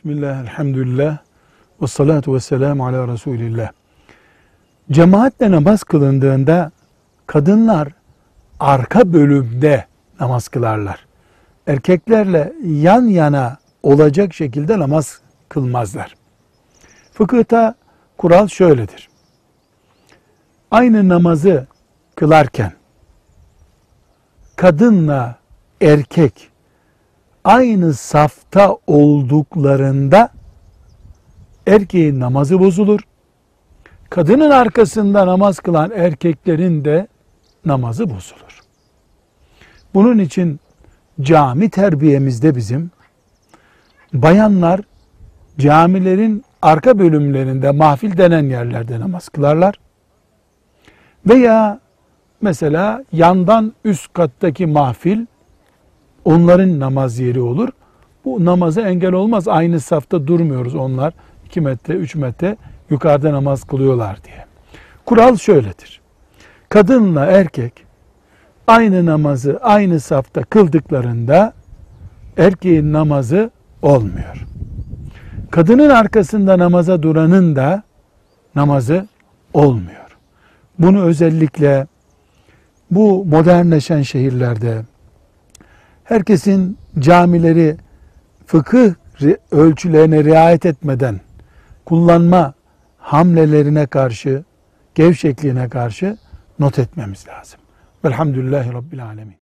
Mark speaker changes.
Speaker 1: Bismillah, elhamdülillah, ve salatu ve selamu ala Resulillah. Cemaatle namaz kılındığında kadınlar arka bölümde namaz kılarlar. Erkeklerle yan yana olacak şekilde namaz kılmazlar. Fıkıhta kural şöyledir. Aynı namazı kılarken kadınla erkek aynı safta olduklarında erkeğin namazı bozulur. Kadının arkasında namaz kılan erkeklerin de namazı bozulur. Bunun için cami terbiyemizde bizim bayanlar camilerin arka bölümlerinde, mahfil denen yerlerde namaz kılarlar. Veya mesela yandan üst kattaki mahfil onların namaz yeri olur. Bu namaza engel olmaz. Aynı safta durmuyoruz onlar. 2 metre, 3 metre yukarıda namaz kılıyorlar diye. Kural şöyledir. Kadınla erkek aynı namazı aynı safta kıldıklarında erkeğin namazı olmuyor. Kadının arkasında namaza duranın da namazı olmuyor. Bunu özellikle bu modernleşen şehirlerde herkesin camileri fıkıh ölçülerine riayet etmeden kullanma hamlelerine karşı, gevşekliğine karşı not etmemiz lazım. Velhamdülillahi Rabbil Alemin.